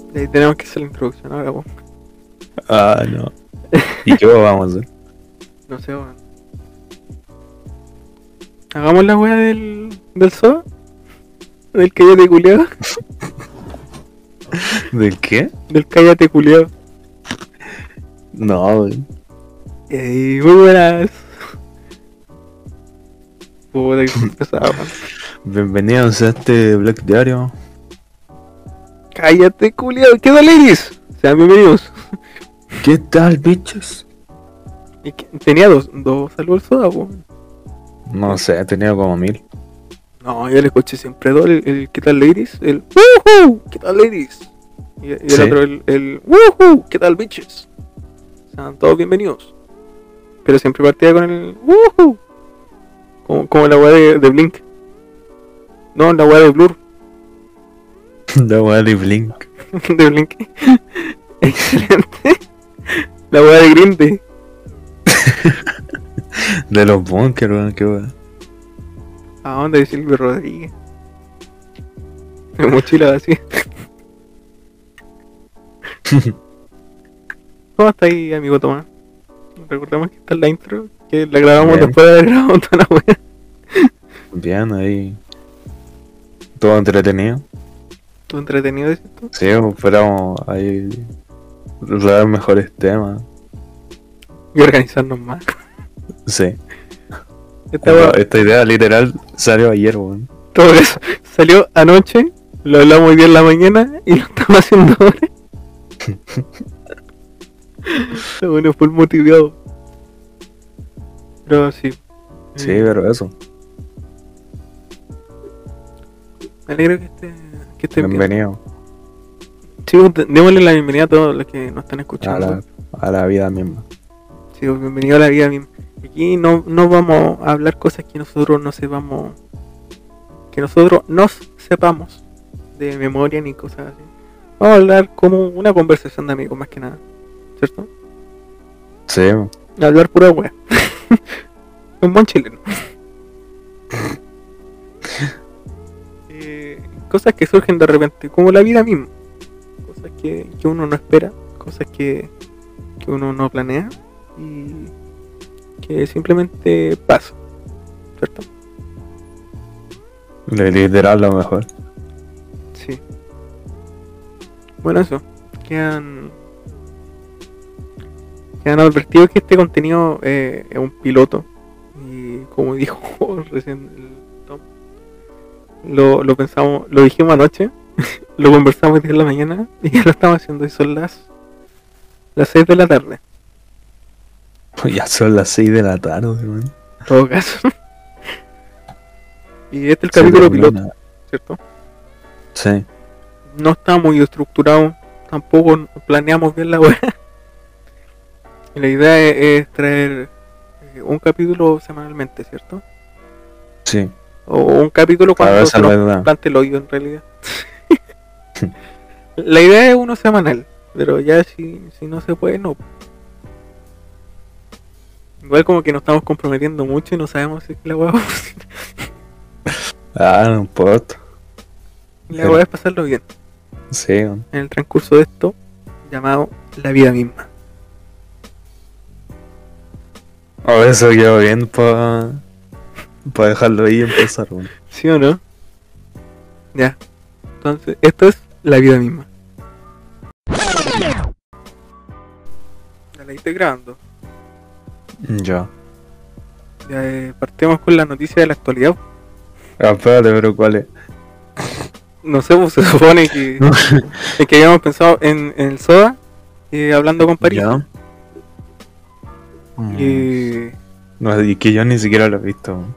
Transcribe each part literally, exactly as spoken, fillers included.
Y ahí tenemos que hacer la introducción ahora, weón. Ah, no. ¿Y qué vamos a hacer? No sé, weón. Hagamos la weá del. del soda. Del cállate culiado. ¿Del qué? Del cállate culiado. No, güey. Ey, muy buenas. Puta que se pesado, weón. Bienvenidos a este Black Diario. Cállate culiado. ¿Qué tal, ladies? Sean bienvenidos. ¿Qué tal, bichos? Y que- Tenía dos, dos saludos al soda, weón. No sé, he tenido como mil. No, yo le escuché siempre dos, el, el ¿qué tal, ladies? El woohoo, ¿qué tal, ladies? Y, y el Sí. otro, el, el woohoo, ¿qué tal, bitches? Sean todos bienvenidos. Pero siempre partía con el woohoo. Como, como la weá de, de Blink. No, la weá de Blur. La weá de Blink. De Blink. Excelente. La weá de Green Day. De los bunkers, weón, qué weá. ¿A dónde? De Silvio Rodríguez. De mochila así. ¿Cómo está ahí, amigo Tomás? Recordemos que está en la intro, que la grabamos Bien. después de haber grabado toda la weá. Bien, ahí. Todo entretenido. ¿Tú entretenido, dices tú? Sí, esperamos ahí dar mejores temas. Y organizarnos más. Sí. Esta Esta, weá, esta idea literal salió ayer, weón. todo eso salió anoche, lo hablamos hoy día en la mañana y lo estamos haciendo ahora. Lo bueno, full motivado. Pero sí. Sí, Eh, pero eso. Me alegro que esté, que estén bien. Bienvenido Sí, pues, de- démosle la bienvenida a todos los que nos están a escuchando. la, a la vida misma. Sí, pues, bienvenido a la vida misma. Aquí no, no vamos a hablar cosas que nosotros no sepamos, que nosotros nos sepamos de memoria ni cosas así. Vamos a hablar como una conversación de amigos más que nada, ¿cierto? Sí, Hablar pura wea. Un buen chileno. Eh, cosas que surgen de repente, como la vida misma. Cosas que, que uno no espera, cosas que, que uno no planea y que simplemente pasan, ¿cierto? literal lo mejor. Sí. Bueno, eso. Quedan. Quedan advertidos que este contenido eh, es un piloto. Y como dijo recién el Tom, lo, lo pensamos, lo dijimos anoche, lo conversamos hoy día en la mañana y ya lo estamos haciendo. Y son las las seis de la tarde, Pues ya son las seis de la tarde, weón. en todo caso. Y este es el Se capítulo termina. piloto, ¿cierto? Sí. No está muy estructurado, tampoco planeamos bien la web. Y la idea es, es traer eh, un capítulo semanalmente, ¿cierto? Sí. O un capítulo Claro, cuando esa se es la nos verdad. plante el hoyo en realidad. La idea es uno semanal, pero ya si, si no se puede, no. Igual como que nos estamos comprometiendo mucho y no sabemos si es que la hueá va a funcionar. Ah, no importa. La hueá es pasarlo bien Sí, weón. en el transcurso de esto llamado la vida misma. A ver, eso quedó bien para pa dejarlo ahí y empezar, weón. ¿Sí o no? Ya. Entonces, esto es la vida misma. Ya la estoy grabando. Ya. Ya eh, partimos con la noticia de la actualidad. Ah, espérate, pero ¿cuál es? No sé, pues se supone que, es que habíamos pensado en, en el soda eh, hablando con París. Ya. Mm. Y No, y que yo ni siquiera lo he visto, weón.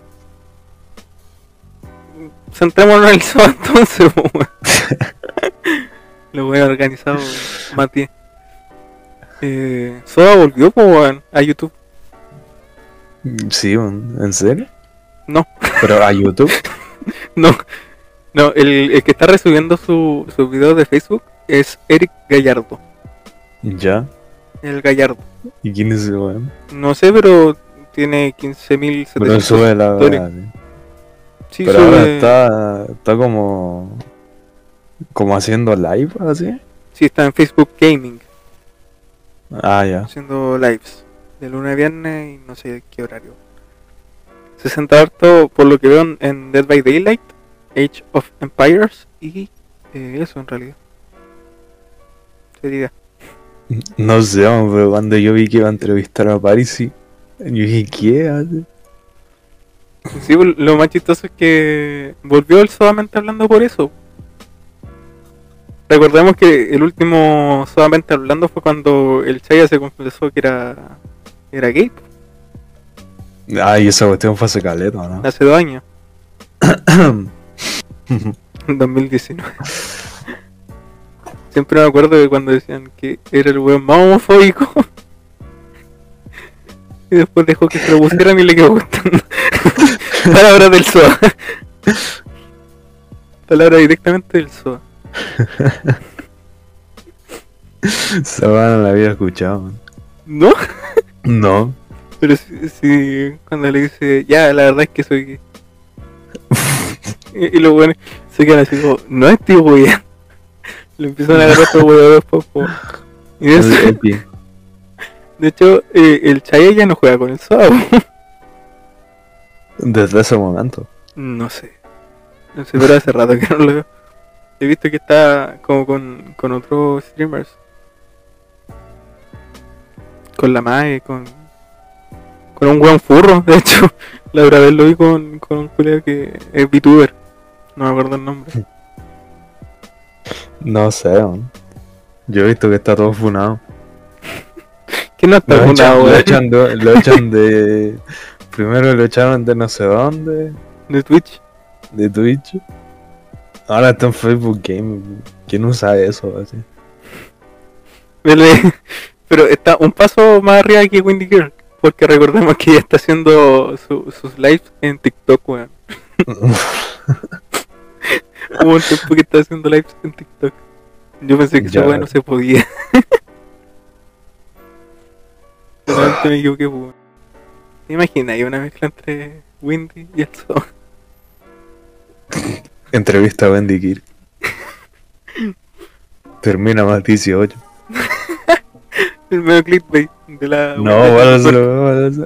centrémonos en el soda entonces, pues, weón. Lo voy a organizado Mati. Eh, Soda volvió, pues, weón, a YouTube. Sí, weón. ¿En serio? No, Pero a YouTube. no, no, el, el que está resubiendo su, sus videos de Facebook es Eric Gallardo. Ya. El Gallardo. ¿Y quién es ese weón? No sé, pero tiene quince mil Pero setecientos. sube la seguidores. verdad, sí. Sí, Pero ahora sube- está, está como como haciendo live así. Sí, está en Facebook Gaming, Ah, ya. haciendo lives de lunes a viernes y no sé qué horario. Se centra harto, por lo que veo, en- en Dead by Daylight, Age of Empires y eh, eso en realidad. Sería. No sé, pero cuando yo vi que iba a entrevistar a Parisi, yo dije, ¿qué hace? Sí, pues, lo más chistoso es que volvió él solamente hablando por eso. Recordemos que el último solamente hablando fue cuando el Chaya se confesó que era era gay, Ay, esa cuestión fue hace caleta, ¿no? hace dos años, en dos mil diecinueve. Siempre me acuerdo de cuando decían que era el weón más homofóbico. Y después dejó que se lo pusieran y le quedó gustando. Palabras del S O A. Palabras directamente del S O A. Esa weá no la había escuchado, man. ¿No? No. Pero sí, sí, cuando le dice, ya, la verdad es que soy gay. y, y los buenos se quedan así como, no estoy weón. Le empiezan a agarrar por weón después. po. Y de, El eso- Epi. de hecho, eh, el Chaya ya no juega con el S O A. po. Desde ese momento. No sé. No sé, pero hace rato que no lo veo. He visto que está como con, con otros streamers. Con la Mae, con. Con un weón furro, de hecho. La otra vez lo vi con, con un colega que es VTuber. No me acuerdo el nombre. No sé, man. Yo he visto que está todo funado. Que no está Lo echan, funado, lo weón. echan de, lo echan de... Primero lo echaron de no sé dónde, De Twitch. de Twitch. Ahora está en Facebook Gaming. ¿Quién usa eso? Así? Pero, pero está un paso más arriba que Windy Girl. Porque recordemos que ella está haciendo su- sus lives en TikTok, weón. Hubo un tiempo que está haciendo lives en TikTok. Yo pensé que esa Ya. weá no se podía. Realmente me equivoqué, pues, weón. ¿Te imaginas? Hay una mezcla entre Windy y el Zoo. Entrevista a Wendy Kirk. Termina más dieciocho. El medio clickbait de la. No, weá de para TikTok. eso, para eso.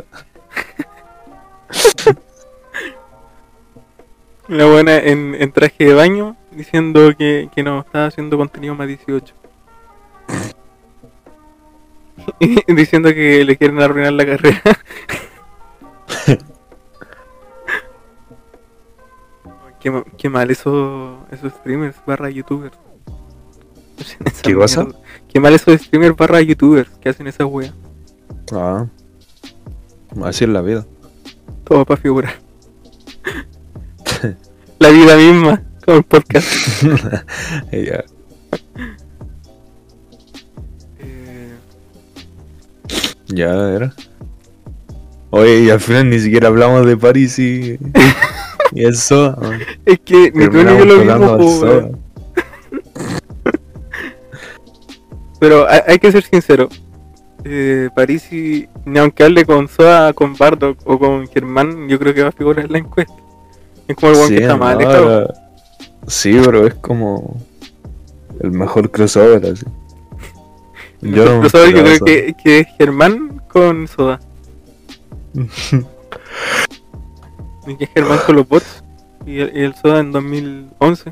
La buena en, en traje de baño diciendo que, que no estaba haciendo contenido más dieciocho. Y diciendo que le quieren arruinar la carrera. qué, ma- qué mal eso, esos streamers barra youtubers. Hacen esa ¿Qué cosa? mierda. Qué mal esos streamers barra youtubers que hacen esa wea. Ah. Así es la vida. Todo para figurar. La vida misma, como el podcast. Ya. Eh, Ya era. Oye, y al final ni siquiera hablamos de París y. Y eso. man. es que ni tú ni yo Terminamos lo hablando vimos, del po, Soda. weón. Pero hay, hay que ser sincero. Eh, Parisi, ni aunque hable con Soa, con Bardock o con Germán, yo creo que va a figurar en la encuesta. Es como el weón Sí, que está más no, alejado. era- sí, pero es como. El mejor crossover así. Yo no me Pero ¿sabes? Yo esperaba creo eso. que, que es Germán con Soda. Y que es Germán con los bots. Y el, y el Soda en dos mil once.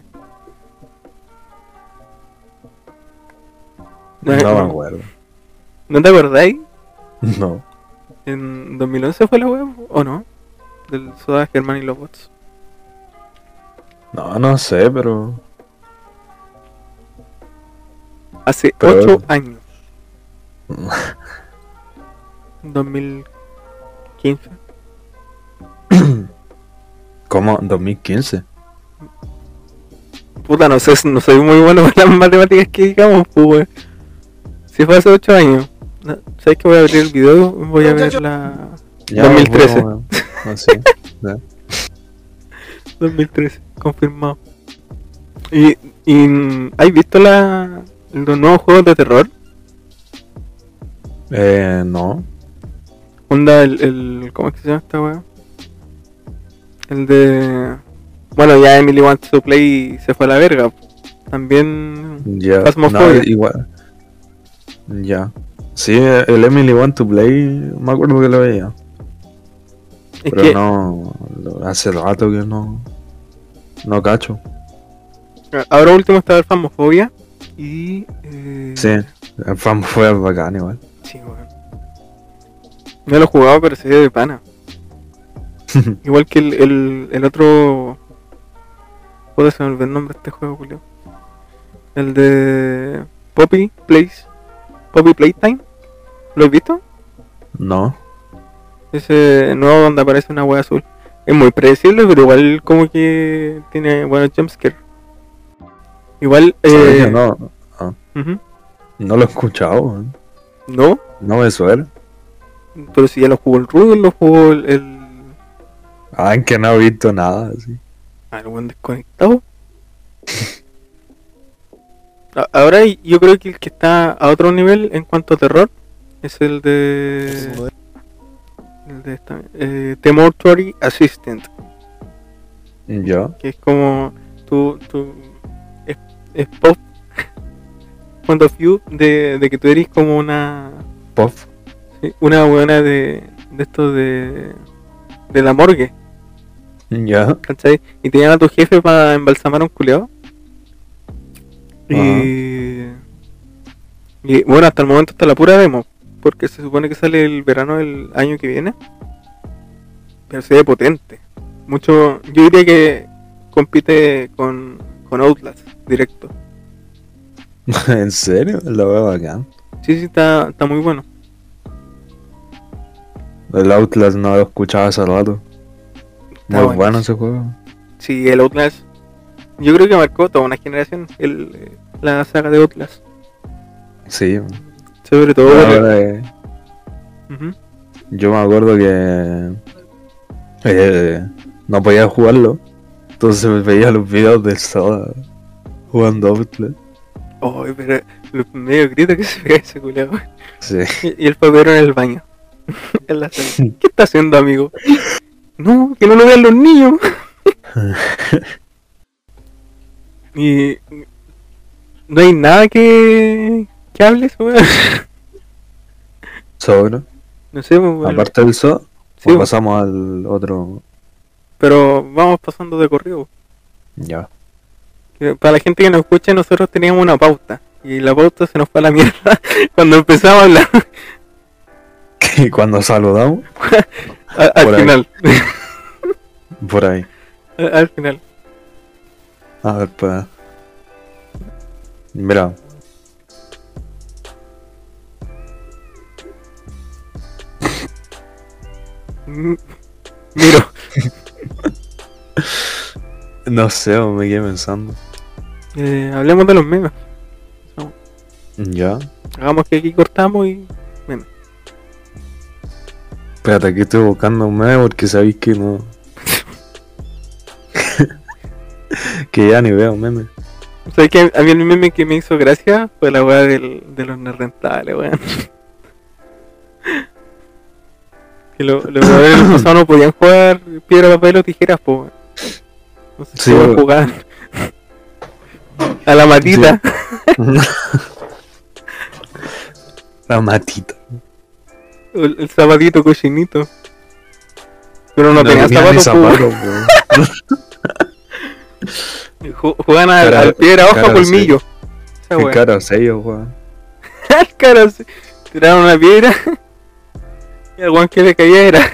No me acuerdo. ¿No te acordáis? No. ¿En dos mil once fue la web o no? Del Soda, Germán y los bots. No, no sé, pero. Hace Pero- ocho años. dos mil quince. ¿Cómo? ¿dos mil quince? Puta, no sé, no soy muy bueno con las matemáticas que digamos, pues, weón. Si fue hace ocho años. No, ¿sabes que voy a abrir el video? Voy a ver la... Ya, dos mil trece. bueno, así. Ya. dos mil trece, confirmado. ¿Y, y ¿has visto la, los nuevos juegos de terror? Eh, no. Onda, el, el... ¿Cómo es que se llama esta weá? El de... Bueno, ya Emily Wants to Play se fue a la verga. También Ya, no, Phasmophobia. igual. Ya. Sí, el Emily Want to Play, me acuerdo que lo veía. Es Pero que no, lo- hace rato que no, no cacho. ahora último estaba el Phasmophobia y... Eh, Sí, el fan fue bacán igual. Sí, weón. No lo jugaba, pero se ve de pana. Igual que el, el, el otro... Joder, se me olvidó el nombre de este juego, Julio. El de... Poppy Plays... Poppy Playtime. ¿Lo has visto? No, Ese nuevo donde aparece una wea azul. Es muy predecible, pero igual como que tiene buenos jumpscares. Igual... ¿sabes Eh... que no? Ah, ujú. no lo he escuchado, weón. No, No me suena. pero si ya lo jugó el Rudo, lo jugó el... el... Ah, en que no he visto nada, así. Ah, el buen desconectado. A- Ahora yo creo que el que está a otro nivel en cuanto a terror es el de... El de esta... Eh, The Mortuary Assistant. Ya, Que es como... Tu... tu es, es pop... Point of view de, de que tú eres como una... pop. sí, una buena de... De esto de... De la morgue. Ya, ¿Cachai? Y te llaman a tu jefe para embalsamar a un culeado. Y... y bueno, hasta el momento está la pura demo. Porque se supone que sale el verano del año que viene. Pero se ve potente. Mucho... Yo diría que compite con, con Outlast directo. ¿en serio? Lo veo bacán. Sí, sí, está, está muy bueno. El Outlast no lo escuchaba hace rato. Está Muy bueno. bueno ese juego. Sí, el Outlast... Yo creo que marcó toda una generación el, eh, la saga de Outlast. Sí. Sobre todo... por el- Ahora, eh, Ujú. yo me acuerdo que eh, no podía jugarlo. Entonces veía los videos del Soda jugando Outlast. Oh, pero lo medio grito que se pega ese culiao. Sí. Y, y el papero en el baño. En la sala. ¿Qué está haciendo, amigo? No, que no lo vean los niños. Y no hay nada que, que hable eso, weón. Sobre. No sé, pues, weón. Aparte del Soda, Sí, o pasamos al otro. pero vamos pasando de corrido. Ya. Que para la gente que nos escucha, nosotros teníamos una pauta. Y la pauta se nos fue a la mierda cuando empezamos a hablar. Y cuando saludamos, A- al Por ahí. final. por ahí. A- al final. A ver, pues. Mira. Mm, Miro. No sé, me quedé pensando. Eh, hablemos de los memes. Ya. Hagamos que aquí cortamos y... memes. Espérate, aquí estoy buscando un meme porque sabéis que no. Que ya ni veo memes. ¿Sabes que a mí el meme que me hizo gracia fue la weá del, de los nerrentales, weón? Que lo- los jugadores del pasado no podían jugar piedra, papel o tijeras, po, weón. No sé Sí, si weón. jugaban a la matita. La matita. El, el zapatito cochinito. Pero no, tenía tenía ni zapatos, po, zapatos, weón. Ju- Jugaban al, Cara- al piedra, hoja, cara, colmillo. Esa Qué weá. caro sello, weón. Al cara, sí. Tiraron una piedra y al guan que le caía era.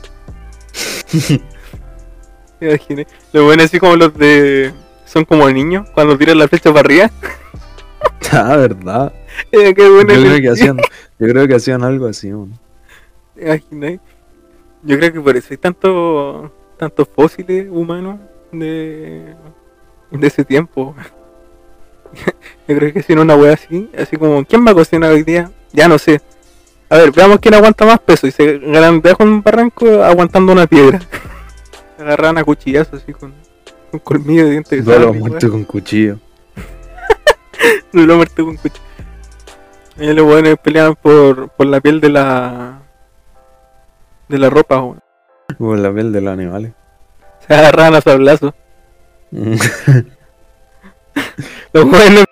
Me imaginé. Lo bueno así como los de. Son como niños cuando tiran la flecha para arriba. Ah, verdad. Eh, qué Yo bueno creo el- que hacían, yo creo que hacían algo así, weón. ¿Te imaginas? Yo creo que por eso hay tanto, tantos fósiles humanos de, de ese tiempo. Yo creo que si no una wea así, así como, ¿quién va a cocinar hoy día? Ya no sé. A ver, veamos quién aguanta más peso. Y se garantea con un barranco aguantando una piedra. Se agarraban a cuchillazos así con, con colmillo de dientes de Duelo a sable, muerte con cuchillo. wea. Lo muerte con cuchillo. Y los buenos peleaban por, por la piel de la de la ropa, weón. Como la piel de los animales. Se agarraban a sablazos. Los jóvenes.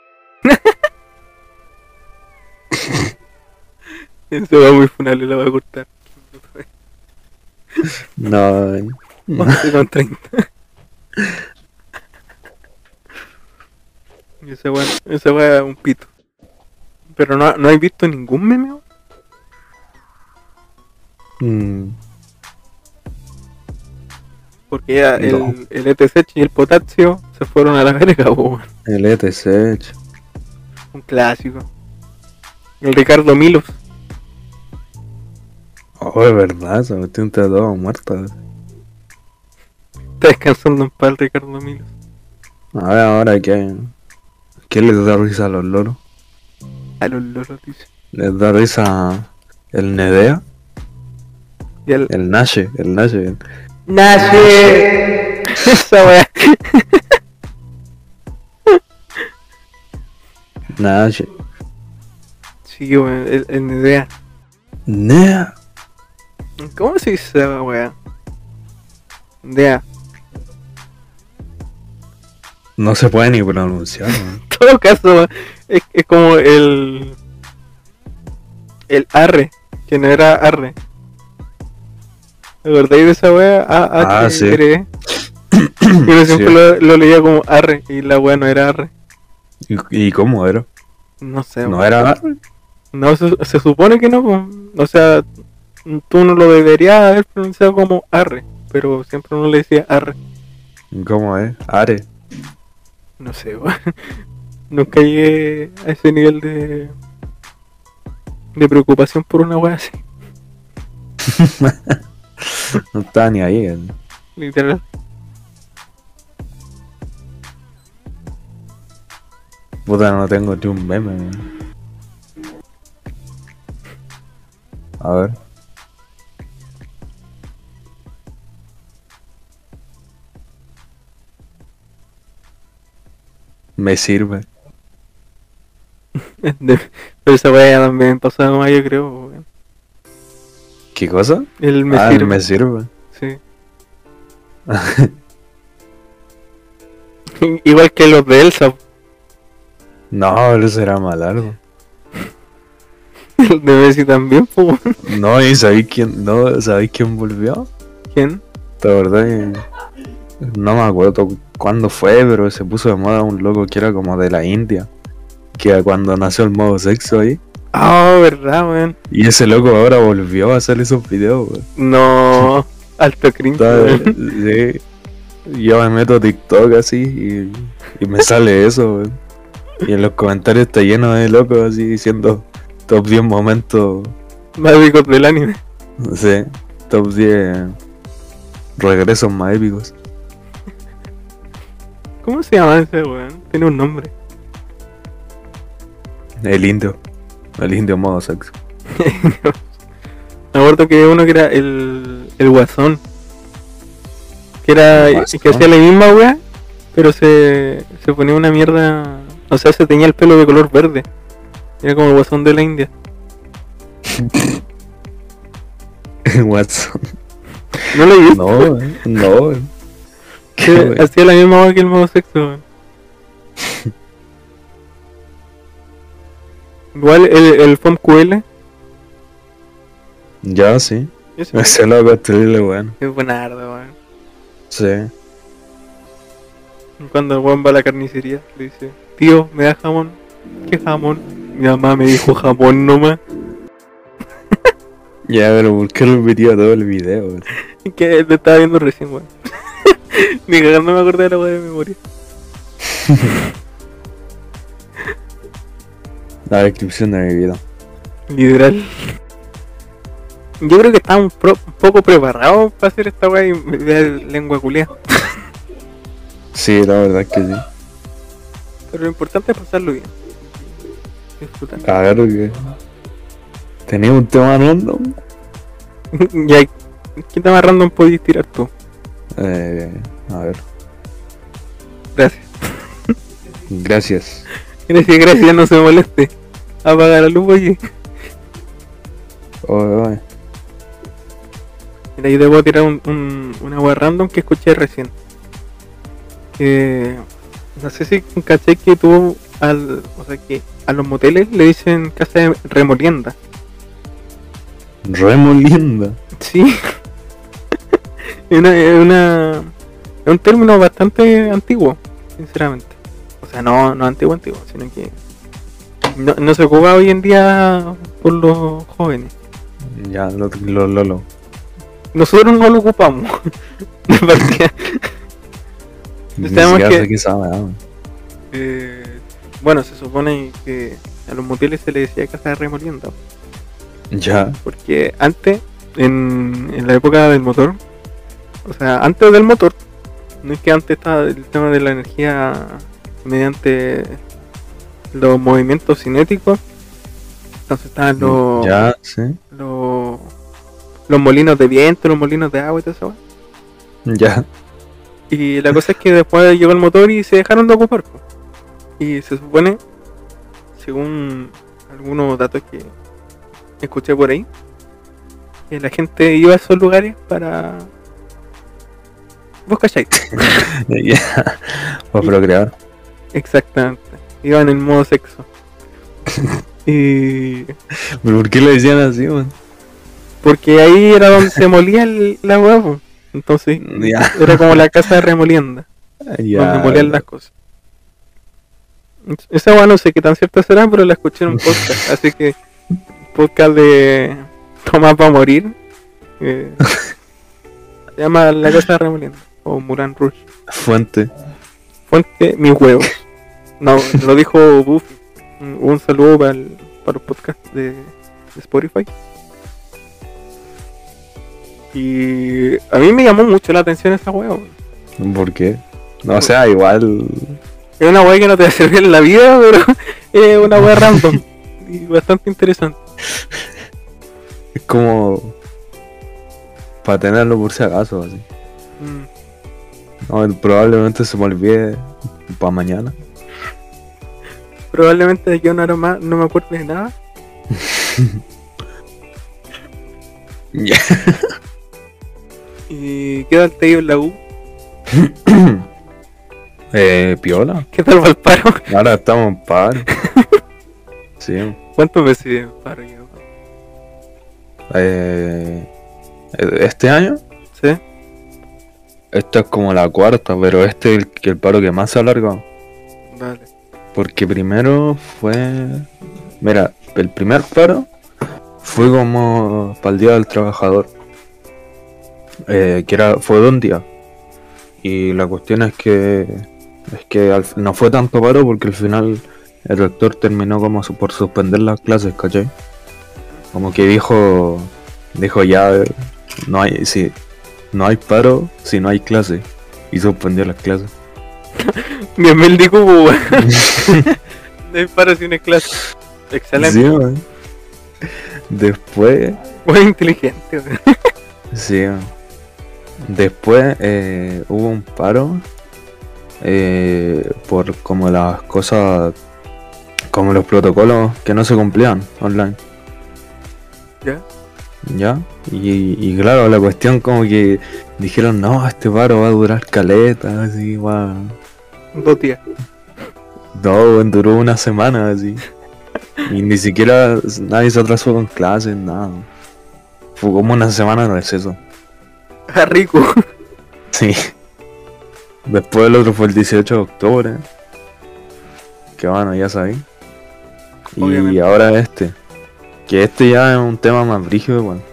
Eso va muy funable, la voy a cortar. No, no. once con treinta. Y esa weá, esa weá es un pito. Pero no, no has visto ningún meme, weón. Mm, Porque ya el, No. el E T C y el potasio se fueron a la verga, weón. el E T C. ch- Un clásico. El Ricardo Milos. Oh, es verdad, se metió entre dos muertos. Está descansando en paz el Ricardo Milos. A ver, ahora qué. ¿Qué les da risa a los loros? A los loros, dice. ¿Les da risa el Nedea? Y el... El Nashe, el Nashe. el- ¡Nace! Esa weá. Nashe. Sí, weón, el, el Nedea. Nea. ¿Cómo se dice esa weá? Nedea. No se puede ni pronunciar, man. En todo caso, es, es como el... El arre, que no era arre. ¿Me acordáis de esa wea? A Ah, H R E. Y uno siempre Sí. lo, lo leía como arre, y la wea no era arre. ¿Y, y cómo era? No sé, ¿No weón. era? No, se, se supone que no, po. O sea, tú no lo deberías haber pronunciado como arre, pero siempre uno le decía arre. ¿Cómo es? Are. No sé, weón. Nunca llegué a ese nivel de... De preocupación por una wea así, No estaba ni ahí. eh. literal. Puta, no tengo ni un meme. man. A ver. Me sirve. De- Pero esa wea ya también pasaba más, yo creo, weón. ¿Qué cosa? El me ah, sirve. me sirve. Sí. Igual que los de Elsa. No, pero eso era más largo. El de Messi también, pues. No, ¿y sabéis quién? No, ¿sabéis quién volvió? ¿Quién? La verdad que no me acuerdo cuándo fue, pero se puso de moda un loco que era como de la India. Que cuando nació el modo sexo ahí. Ah, verdad, weón. Y ese loco ahora volvió a hacer esos videos, weón. No. Alto cringe, Está- weón. sí. Yo me meto a TikTok así y, y me sale eso, weón. Y en los comentarios está lleno de locos así diciendo top diez momentos, Más épicos del anime. no sé, top diez regresos más épicos. ¿Cómo se llama ese weón? Tiene un nombre. El indio, el indio modo sexo. Me acuerdo que uno que era el, el guasón. Que era. El Guasón. Que hacía la misma weá, pero se, se ponía una mierda. O sea, se tenía el pelo de color verde. Era como el guasón de la India. Watson. ¿No lo viste? No, eh, no. Que Qué wea. hacía la misma weá que el modo sexo, weón. Igual el, el F O M Q L. Ya, sí. Ese Ese loco es terrible, bueno. es buenardo, weón. Sí. Cuando el weón va a la carnicería, le dice: tío, ¿me da jamón? ¿Qué jamón? Mi mamá me dijo jamón nomás. Ya, pero ¿por qué repetía todo el video? weón? Que te estaba viendo recién, weón. Ni cagando me acordé de la weá de memoria. La descripción de mi vida. Literal. Yo creo que estábamos pro- un poco preparados para hacer esta weá y me da lengua culea. Sí, la verdad es que sí. Pero lo importante es pasarlo bien. Disfrutar. A ver, que tenía un tema random. Ya, ¿qué tema random podéis tirar tú? Eh, a ver, Gracias. gracias. Gracias, gracias, no se moleste. Apaga la luz, oye. Oye, oye. Mira, yo te puedo tirar un, un, una weá random que escuché recién. Que No sé si caché que tú, al, o sea que a los moteles le dicen casa de remolienda. Remolienda. Sí, es una, es una, es un término bastante antiguo, sinceramente. O sea, no, no antiguo, antiguo, sino que no, no se ocupa hoy en día por los jóvenes. Ya, lo, lo, lo, lo. Nosotros no lo ocupamos. De partida. Ni Sabemos siquiera que- sé qué sabe, ah. Eh, bueno, se supone que a los moteles se le decía casa de remolienda. Ya, Porque antes, en, en la época del motor, o sea, antes del motor, no es que antes estaba el tema de la energía mediante los movimientos cinéticos, entonces estaban los, ya, sí, los, los molinos de viento, los molinos de agua y todo eso. ya. Y la cosa es que después llegó el motor y se dejaron de ocupar, po. Y se supone, según algunos datos que escuché por ahí, que la gente iba a esos lugares para... ¿Vos cacháis? Ya, para procrear. Exactamente. Iban en modo sexo. Y... ¿Pero por qué le decían así, man? porque ahí era donde se molía el, la hueá, po. Entonces Ya, era como la casa de remolienda, donde ya. molían las cosas. Esa hueá no sé qué tan cierta será, pero la escuché en un podcast. Así que, podcast de Tomás va a morir. eh, se llama La Casa de Remolienda o Muran Rush. Fuente. Fuente, mis huevos. No, lo dijo Buffy. Un, un saludo para, el, para los podcasts de, de Spotify. Y a mí me llamó mucho la atención esa hueá. weón. ¿Por qué? No, o sea, igual. Es una hueá que no te va a servir en la vida, pero es una hueá random y bastante interesante. Es como. Para tenerlo por si acaso, así. Mm. No, probablemente se me olvide para mañana. Probablemente de aquí a una hora más no me acuerdo de nada. Ya. ¿Y qué tal te dio en la U? eh, piola. ¿Qué tal va el paro? Ahora estamos en paro. Sí. ¿Cuántos meses de paro llevo? Eh, este año, ¿Sí? esta es como la cuarta, pero este es el, que- el paro que más se ha alargado. Dale. Porque primero fue. Mira, el primer paro fue como para el Día del Trabajador. Eh, que era, fue de un día. Y la cuestión es que. Es que al- no fue tanto paro porque al final el rector terminó como su- por suspender las clases, ¿cachai? Como que dijo. Dijo ya. eh, No hay. Si, no hay paro si no hay clase. Y suspendió las clases. Bien, Mel de Cubo, weón. De paro sin clase. Excelente. Sí, man. Después. Muy inteligente, weón. Sí. Después eh, hubo un paro eh, por como las cosas, como los protocolos que no se cumplían online, ¿Ya? ¿ya? Y, y claro, la cuestión como que dijeron, no, este paro va a durar caleta, así, va. Dos días. No, duró una semana, así. Y ni siquiera nadie se atrasó con clases, nada. Fue como una semana de receso. Ah, rico. Sí. Después el otro fue el dieciocho de octubre. Que bueno, ya sabéis. Y Obviamente. ahora este. Que este ya es un tema más brígido, bueno.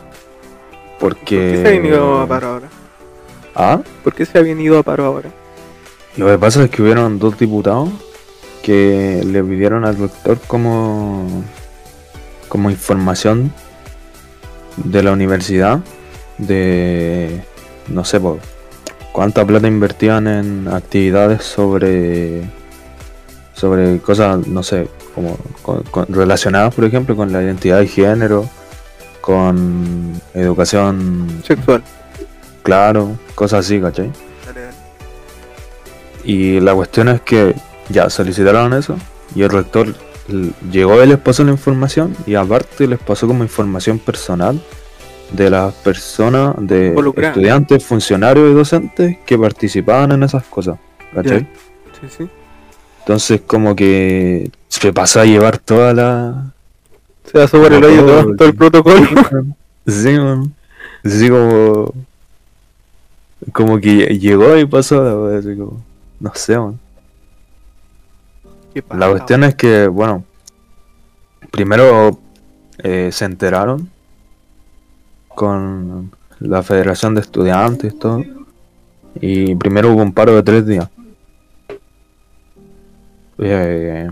Porque. ¿Por qué se ha venido a paro ahora? Ah, ¿Por qué se ha venido a paro ahora? lo que pasa es que hubieron dos diputados que le pidieron al rector como. como información de la universidad. De. No sé, por cuánta plata invertían en actividades sobre. sobre cosas, no sé, como con- con- relacionadas, por ejemplo, con la identidad de género, con educación, Sexual. claro, cosas así, ¿cachai? Dale, dale. Y la cuestión es que ya solicitaron eso y el rector l- llegó y les pasó la información y aparte les pasó como información personal de las personas, de Involucradas. estudiantes, funcionarios y docentes que participaban en esas cosas, ¿cachai? Sí. Sí, sí. Entonces como que se pasó a llevar toda la... Se va sobre el como hoyo todo, todo, todo el protocolo. Sí, man. Sí, como... Como que llegó y pasó la wea, así como... No sé, man. Qué La paja, cuestión es que, bueno... Primero eh, se enteraron con la Federación de Estudiantes y todo. Y primero hubo un paro de tres días. Eh,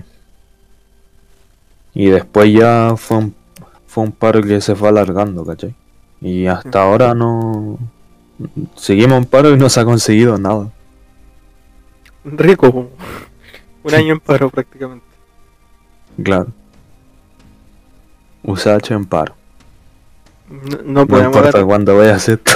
y después ya fue un, fue un paro que se fue alargando, ¿cachai? Y hasta ahora no... Seguimos en paro y no se ha conseguido nada. Rico, po. Un año en paro prácticamente. Claro. U S H en paro. No, no No podemos importa dar. cuándo vayas esto.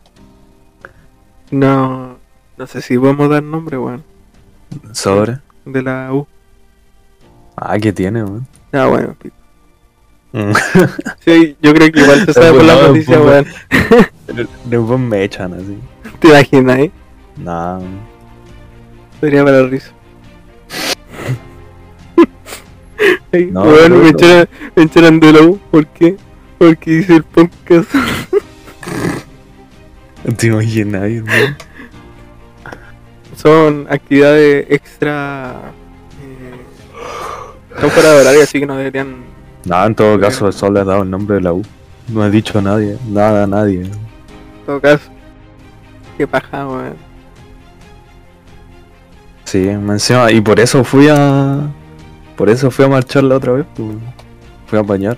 No. No sé si podemos dar nombre, weón. Sobre. De la U. Ah, ¿qué tiene, weón? Ah, bueno, pico. Mm. Sí, yo creo que igual se sabe por la No, noticia, pues, weón. Después me echan así. ¿Te imaginas, eh? Nah. Sería para la risa. Ay, No, weón, pero me eso- echaron, me echaron de la U. ¿Por qué? Porque hice el podcast. No te imaginas, weón. Son actividades extra. Eh, son fuera de horario, así que no deberían. Nada, en todo caso, solo le he dado el nombre de la U. No he dicho a nadie, nada a nadie. En todo caso. Qué paja, weón. Sí, me encima, y por eso fui a... Por eso fui a marchar la otra vez, pues. Fui a bañar.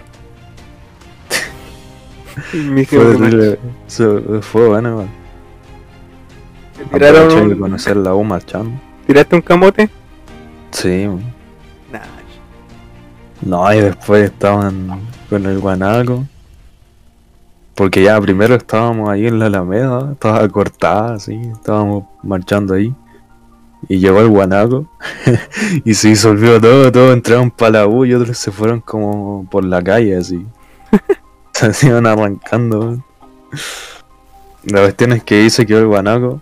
Me Fue, hicieron terrible, se- fue bueno, igual. Te tiraron Aproveché de un- conocer la U marchando. ¿Tiraste un camote? Sí, man. Nah. No, y después estaban con el guanaco. Porque ya primero estábamos ahí en la Alameda, estaba cortada así, estábamos marchando ahí. Y llegó el guanaco y se disolvió todo, todos entraron para la U y otros se fueron como por la calle así. Se iban arrancando. Man. La cuestión es que ahí se quedó el guanaco.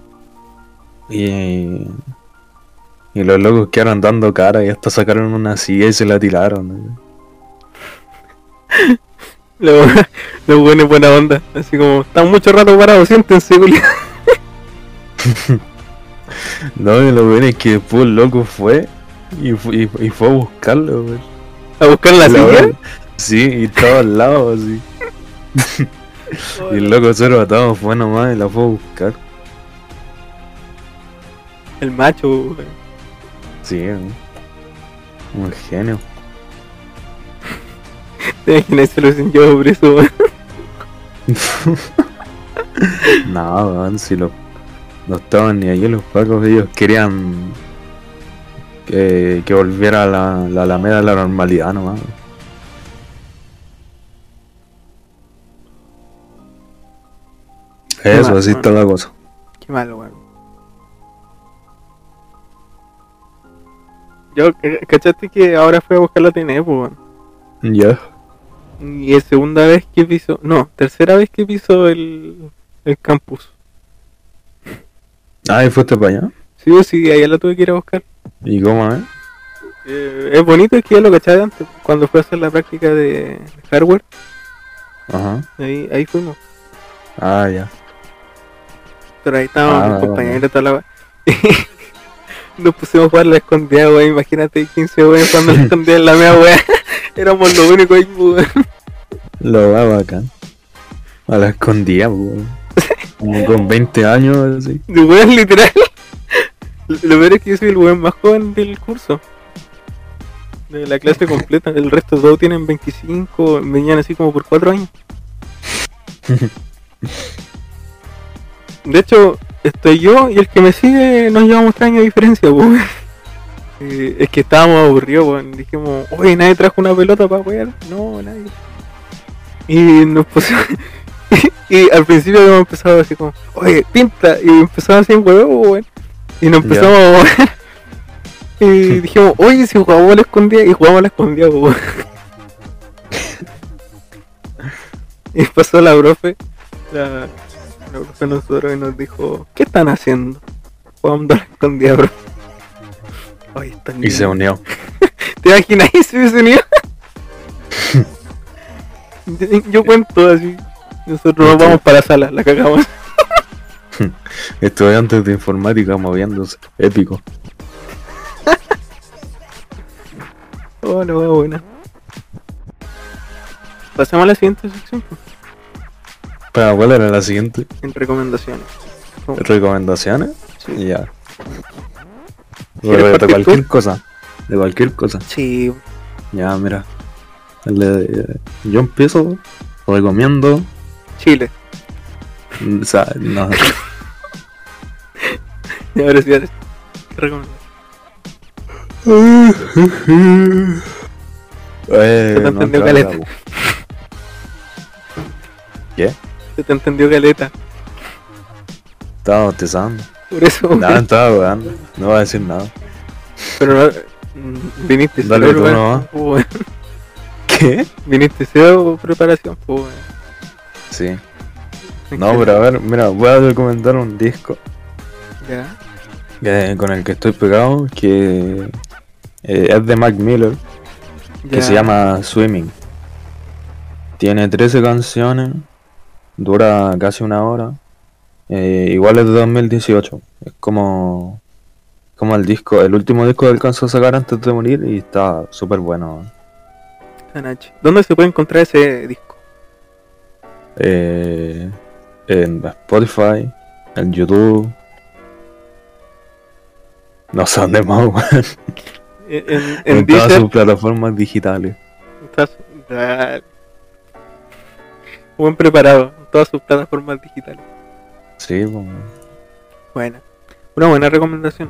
Y... Y los locos quedaron dando cara y hasta sacaron una silla y se la tiraron. ¿No? Los lo buenos buena onda. Así como, están mucho rato parados, siéntense, culiao. No, y lo bueno es que después el loco fue y, fu- y, y fue a buscarlo, weón. A buscar la silla. verdad, sí, y estaba al lado así. Y el loco cero atado fue nomás y la fue a buscar. El macho, weón. Sí, weón. Un genio. Te imaginas se lo dicen yo por eso, weón. No, weón, si los no estaban ni ahí los pacos, ellos querían que, que volviera la, la Alameda a la normalidad nomás. Eso, mal, así weón. está la cosa. Qué malo, weón. Yo, c- ¿cachaste que ahora fui a buscar la T N E, pues, weón? Ya. Y es segunda vez que piso, no, tercera vez que piso el, el campus. Ah, ¿y fuiste para allá? Sí o sí, allá la tuve que ir a buscar. ¿Y cómo es? Eh, es bonito, es que ya lo cachaba de antes, cuando fui a hacer la práctica de hardware, Ajá. ahí, ahí fuimos. Ah, ya. Pero ahí estábamos Ah, con vale, compañeros y toda la weá. Nos pusimos a jugar la escondida, weón. Imagínate quince weón jugando la escondida en la mea weá. Éramos los únicos ahí, weón. Lo va bacán. A la escondida, pues, weón. Como con veinte años, así. De weón, literal. Lo peor es que yo soy el weón más joven del curso. De la clase completa. El resto todos tienen veinticinco, venían así como por cuatro años. De hecho, estoy yo y el que me sigue nos llevamos tres años de diferencia, weón. Eh, es que estábamos aburridos, weón. Dijimos, oye, nadie trajo una pelota para jugar. No, nadie. Y nos pusimos. Y al principio habíamos empezado así como, oye, pinta. Y empezamos así en huevo, weón. Y nos empezamos a mover. Y dijimos, oye, si jugamos a la escondida. Y jugamos a la escondida, weón. Y pasó la profe. La, la profe de nosotros y nos dijo, ¿qué están haciendo? Jugando a la escondida, bro. Ay, está Y se unió. ¿Te imaginas si hubiese unido? yo, yo cuento así. Nosotros nos vamos para la sala, la cagamos. Estudiantes de informática moviéndose. Épico. Oh, no, buena. Pasamos a la siguiente sección. Pero ¿cuál era la siguiente? En recomendaciones. ¿Cómo? ¿Recomendaciones? Sí. Ya. ¿Quieres De, de partir cualquier tú? cosa. De cualquier cosa. Sí. Ya, mira. Le- yo empiezo. Recomiendo. Chile. O sea, no. Y ahora sí, ahora sí. ¿Qué recomiendas? Eh, Se te no entendió entraba caleta. la voz. ¿Qué? Se te entendió caleta. Estaba bostezando. Por eso. Nada, estaba weando. No voy a decir nada. Pero no. mm, Viniste Dale cero tú preparación, nomás. po, weón. ¿Qué? Viniste cero preparación, pues. Sí. No, pero a ver, mira, voy a recomendar un disco Ya. que- con el que estoy pegado, que eh, es de Mac Miller, que Ya. se llama Swimming. Tiene trece canciones, dura casi una hora, eh, igual es de dos mil dieciocho. Es como, como el disco, el último disco que alcanzó a sacar antes de morir y está súper bueno. Tanachi. ¿Dónde se puede encontrar ese disco? Eh, en Spotify, en YouTube, no sé dónde más, weón. En, en, En, en todas Deezer. sus plataformas digitales. Estás. Dale. Buen preparado. En todas sus plataformas digitales. Sí, pues. Buena. Una buena recomendación.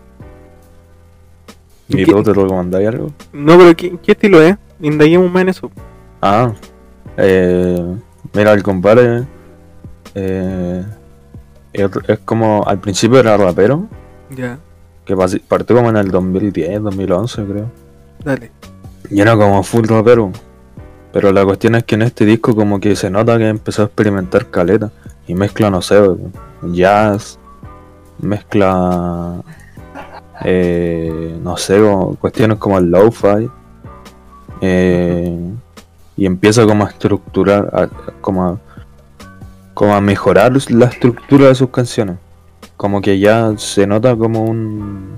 ¿Y ¿Qué- tú te recomendáis algo? No, pero ¿qué, qué estilo es? Indaguemos más en eso. Ah, eh, mira, el compadre eh, es, es como, al principio era rapero, Ya. que pas- partió como en el dos mil diez, dos mil once creo, Dale. y era como full rapero, pero la cuestión es que en este disco como que se nota que empezó a experimentar caleta, y mezcla, no sé, jazz, mezcla, eh, no sé, como cuestiones como el lo-fi, eh, y empieza como a estructurar, a- como a, como a mejorar la estructura de sus canciones. Como que ya se nota como un...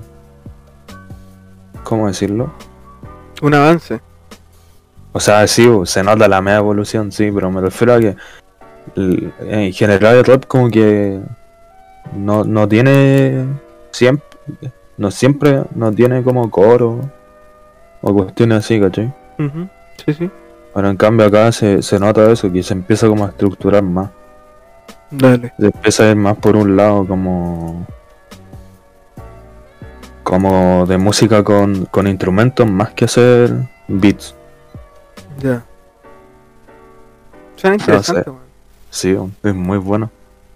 ¿Cómo decirlo? Un avance. O sea, sí, se nota la media evolución, sí, pero me refiero a que el- en general el rap como que no, no tiene siempre, no siempre no tiene como coro o cuestiones así, ¿cachai? Ujú. Sí, sí. Pero en cambio acá se, se nota eso, que se empieza como a estructurar más. Dale. Se empieza a ir más por un lado como... Como de música con, con instrumentos más que hacer beats. Ya. Suena interesante, sé. weón. Sí, es muy bueno.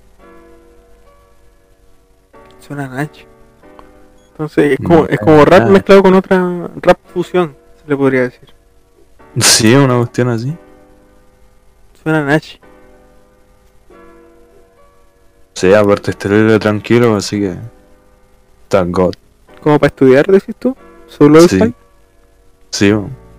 Suena Nacho. Entonces es No, como, es como rap ah. mezclado con otra rap fusión, se le podría decir. Sí, una cuestión así. Suena Nacho. Sí, aparte estaré tranquilo, así que... Thank God. Como para estudiar, decís tú. Solo Sí. el Sí,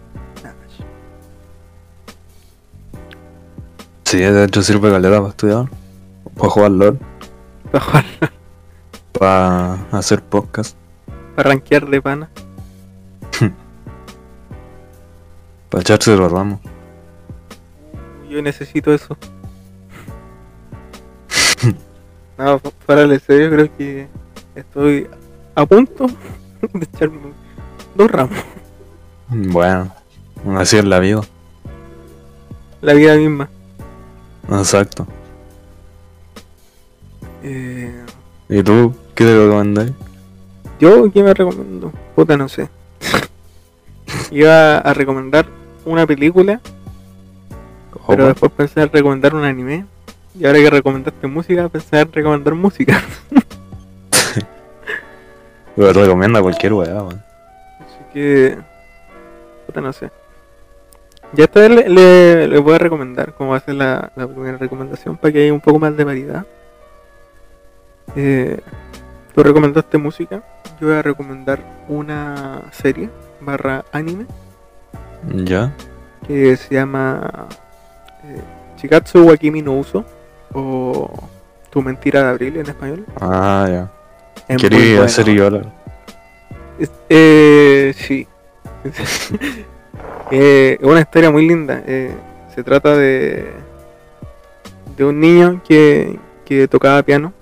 sí, de hecho sirve caleta para estudiar. Para jugar LOL. Para jugar, Para hacer podcast. para rankear de pana. Para echarse los ramos. Yo necesito eso. No, para el serio, creo que estoy a punto de echarme dos ramos. Bueno, así es la vida. La vida misma. Exacto. Eh, ¿Y tú qué te recomendáis? yo, ¿qué me recomiendo? Puta, no sé. Iba a recomendar una película, pero Opa. después pensé en recomendar un anime. Y ahora que recomendaste música, pensé en recomendar música. Te recomienda cualquier weá, weón. Así que... Puta, no sé. Ya esta vez le, le, le voy a recomendar, como va a ser la, la primera recomendación, para que haya un poco más de variedad. Eh, tú recomendaste música, yo voy a recomendar una serie barra anime Ya. que se llama eh, Chikatsu wa Kimi no Uso, o Tu mentira de abril en español. Ah, ya. Es muy Quería buena, hacer weón. igual. Es- eh, sí. Eh, es una historia muy linda. Eh, se trata de de un niño que, que tocaba piano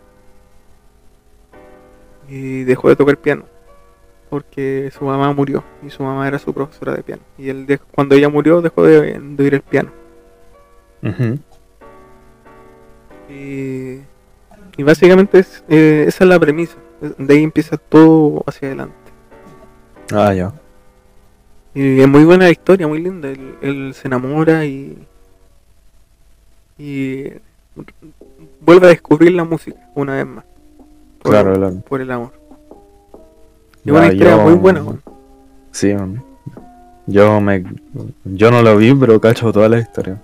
y dejó de tocar piano porque su mamá murió y su mamá era su profesora de piano, y él dej- cuando ella murió dejó de, de oír el piano. Ujú. Y, y básicamente es, eh, esa es la premisa. De ahí empieza todo hacia adelante. Ah, ya. Y es muy buena la historia, muy linda. Él, él se enamora y, y vuelve a descubrir la música una vez más. Por, Claro, claro. por el amor. Es Ya, una historia yo- muy buena, weón. Sí, man. Yo me. Yo no lo vi, pero cacho toda la historia.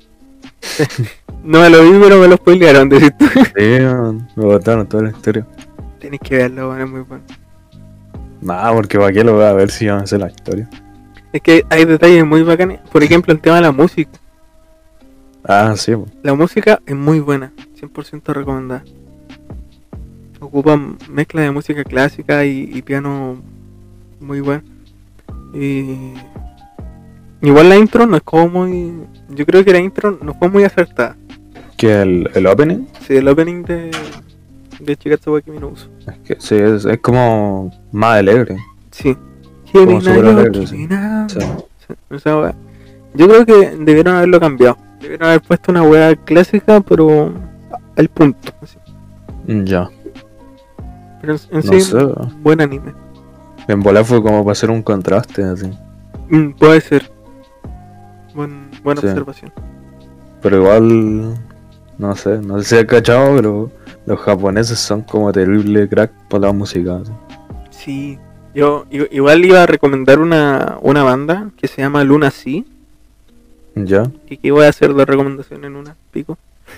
No me lo vi, pero me lo spoilearon, decís tú. Sí, man. Me botaron toda la historia. Tienes que verlo, weón, es muy bueno. Nah, porque para qué lo voy a ver si yo no sé la historia. Es que hay detalles muy bacanes. Por ejemplo, el tema de la música. Ah, sí, man. La música es muy buena, cien por ciento recomendada. Ocupan mezcla de música clásica y, y piano muy bueno. Y igual la intro no es como muy... Yo creo que la intro no fue muy acertada. Que el, el opening. Sí, el opening de, de Chikatsu wa Kimi no Uso. Es que sí, es, es como más alegre. Sí. Como súper alegre, sí. Kirina, Sí. sí, esa wea. Yo creo que debieron haberlo cambiado. Debieron haber puesto una wea clásica, pero al punto. Así. Ya. Pero en, en No sí, sé. buen anime. En volar fue como para hacer un contraste así. Mm, puede ser. Buen, buena Sí. observación. Pero igual. No sé, no sé si has cachado, pero los japoneses son como terrible crack para la música. Así. Sí. Yo i- igual iba a recomendar una, una banda que se llama Luna Sea. Ya. Y que voy a hacer dos recomendaciones en una, pico.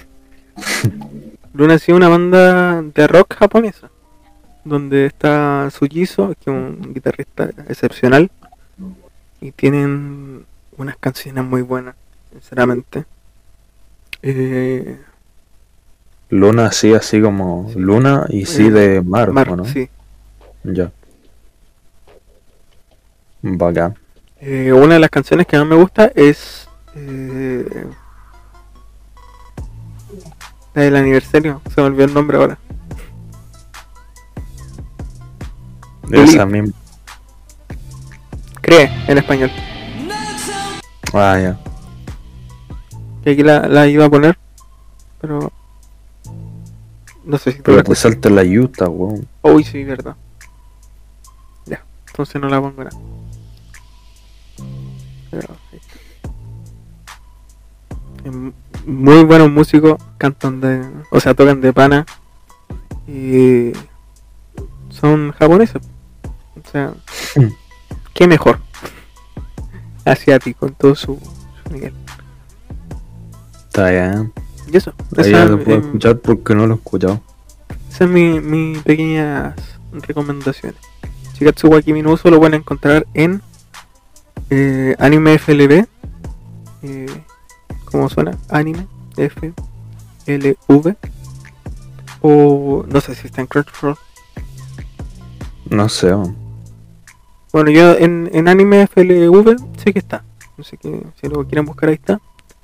Luna Sea es una banda de rock japonesa, donde está Sujiso, que es un guitarrista excepcional, y tienen unas canciones muy buenas, sinceramente. Eh, Luna sí, así como luna y sí Eh, de mar, Mar, ¿o no? sí. Ya. Bacán. Eh, una de las canciones que más me gusta es eh, la del aniversario, se me olvidó el nombre ahora. Esa misma. Cree, en español. Ah, ya. Que aquí la, la iba a poner, pero no sé si tú Pero la te salta la yuta, weón. Uy, sí, verdad. Ya, entonces no la pongo nada. Pero, ahí está. Em, Muy buenos músicos, cantan de, o sea, tocan de pana y son japoneses. O sea, Mm. qué mejor. Asiático en todo su, su nivel. Está bien. Y eso, Ahí esa, ya lo puedo em, escuchar porque no lo he escuchado. esas son mis mi pequeñas recomendaciones. Shigatsu wa Kimi no Uso lo pueden encontrar en eh, Anime F L V. Eh, ¿Cómo suena? Anime F L V. O no sé si está en Crunchyroll. No sé, weón. Bueno, yo en, en Anime F L V sé que está. No sé que si lo quieren buscar ahí está.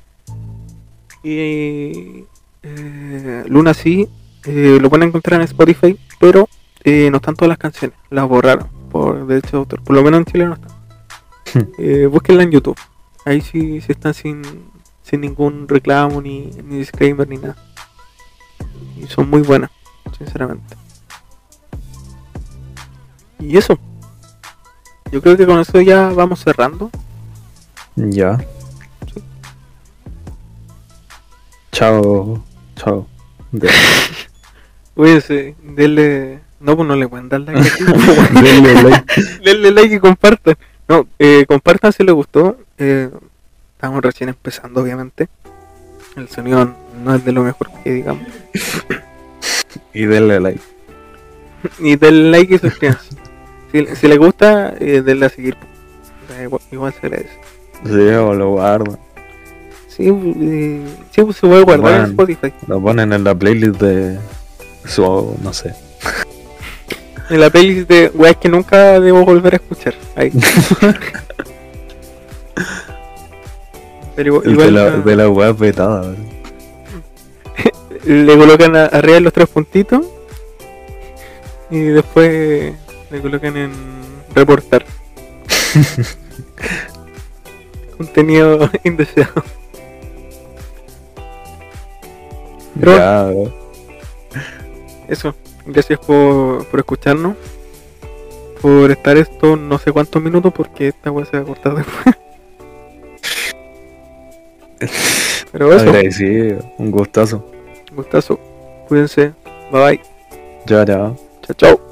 Y eh, Luna sí eh, lo pueden encontrar en Spotify, pero eh, no están todas las canciones, las borraron por derecho de autor, por lo menos en Chile no están. Eh, búsquenla en YouTube, ahí sí, sí están sin, sin ningún reclamo ni, ni disclaimer ni nada. Y son muy buenas, sinceramente. Y eso, yo creo que con eso ya vamos cerrando. Ya. Chao. Chao. De- Cuídense, denle. No, pues no le pueden dar like aquí. Denle like. Denle like y compartan. No, eh, compartan si les gustó. Eh, estamos recién empezando, obviamente. El sonido no es de lo mejor que digamos. Y denle like. Y denle like y suscríbanse. Si, si les gusta, eh, denle a seguir. Eh, igual, igual se agradece. Sí, o lo guardan. Sí, eh, sí, pues se puede guardar Bueno, en Spotify. Lo ponen en la playlist de su, no sé. En la playlist de weas que nunca debo volver a escuchar. Ahí. Pero igual, El igual, de la, ah, de la web vetada, ¿verdad? le colocan a- arriba los tres puntitos y después le colocan en reportar. Contenido indeseado. Pero Ya, ¿verdad? eso, gracias por, por escucharnos, por estar estos no sé cuántos minutos porque esta wea se va a cortar después. Pero eso, Agradecido, un gustazo. gustazo. Cuídense. Bye bye. Ya, ya. Chao, chao.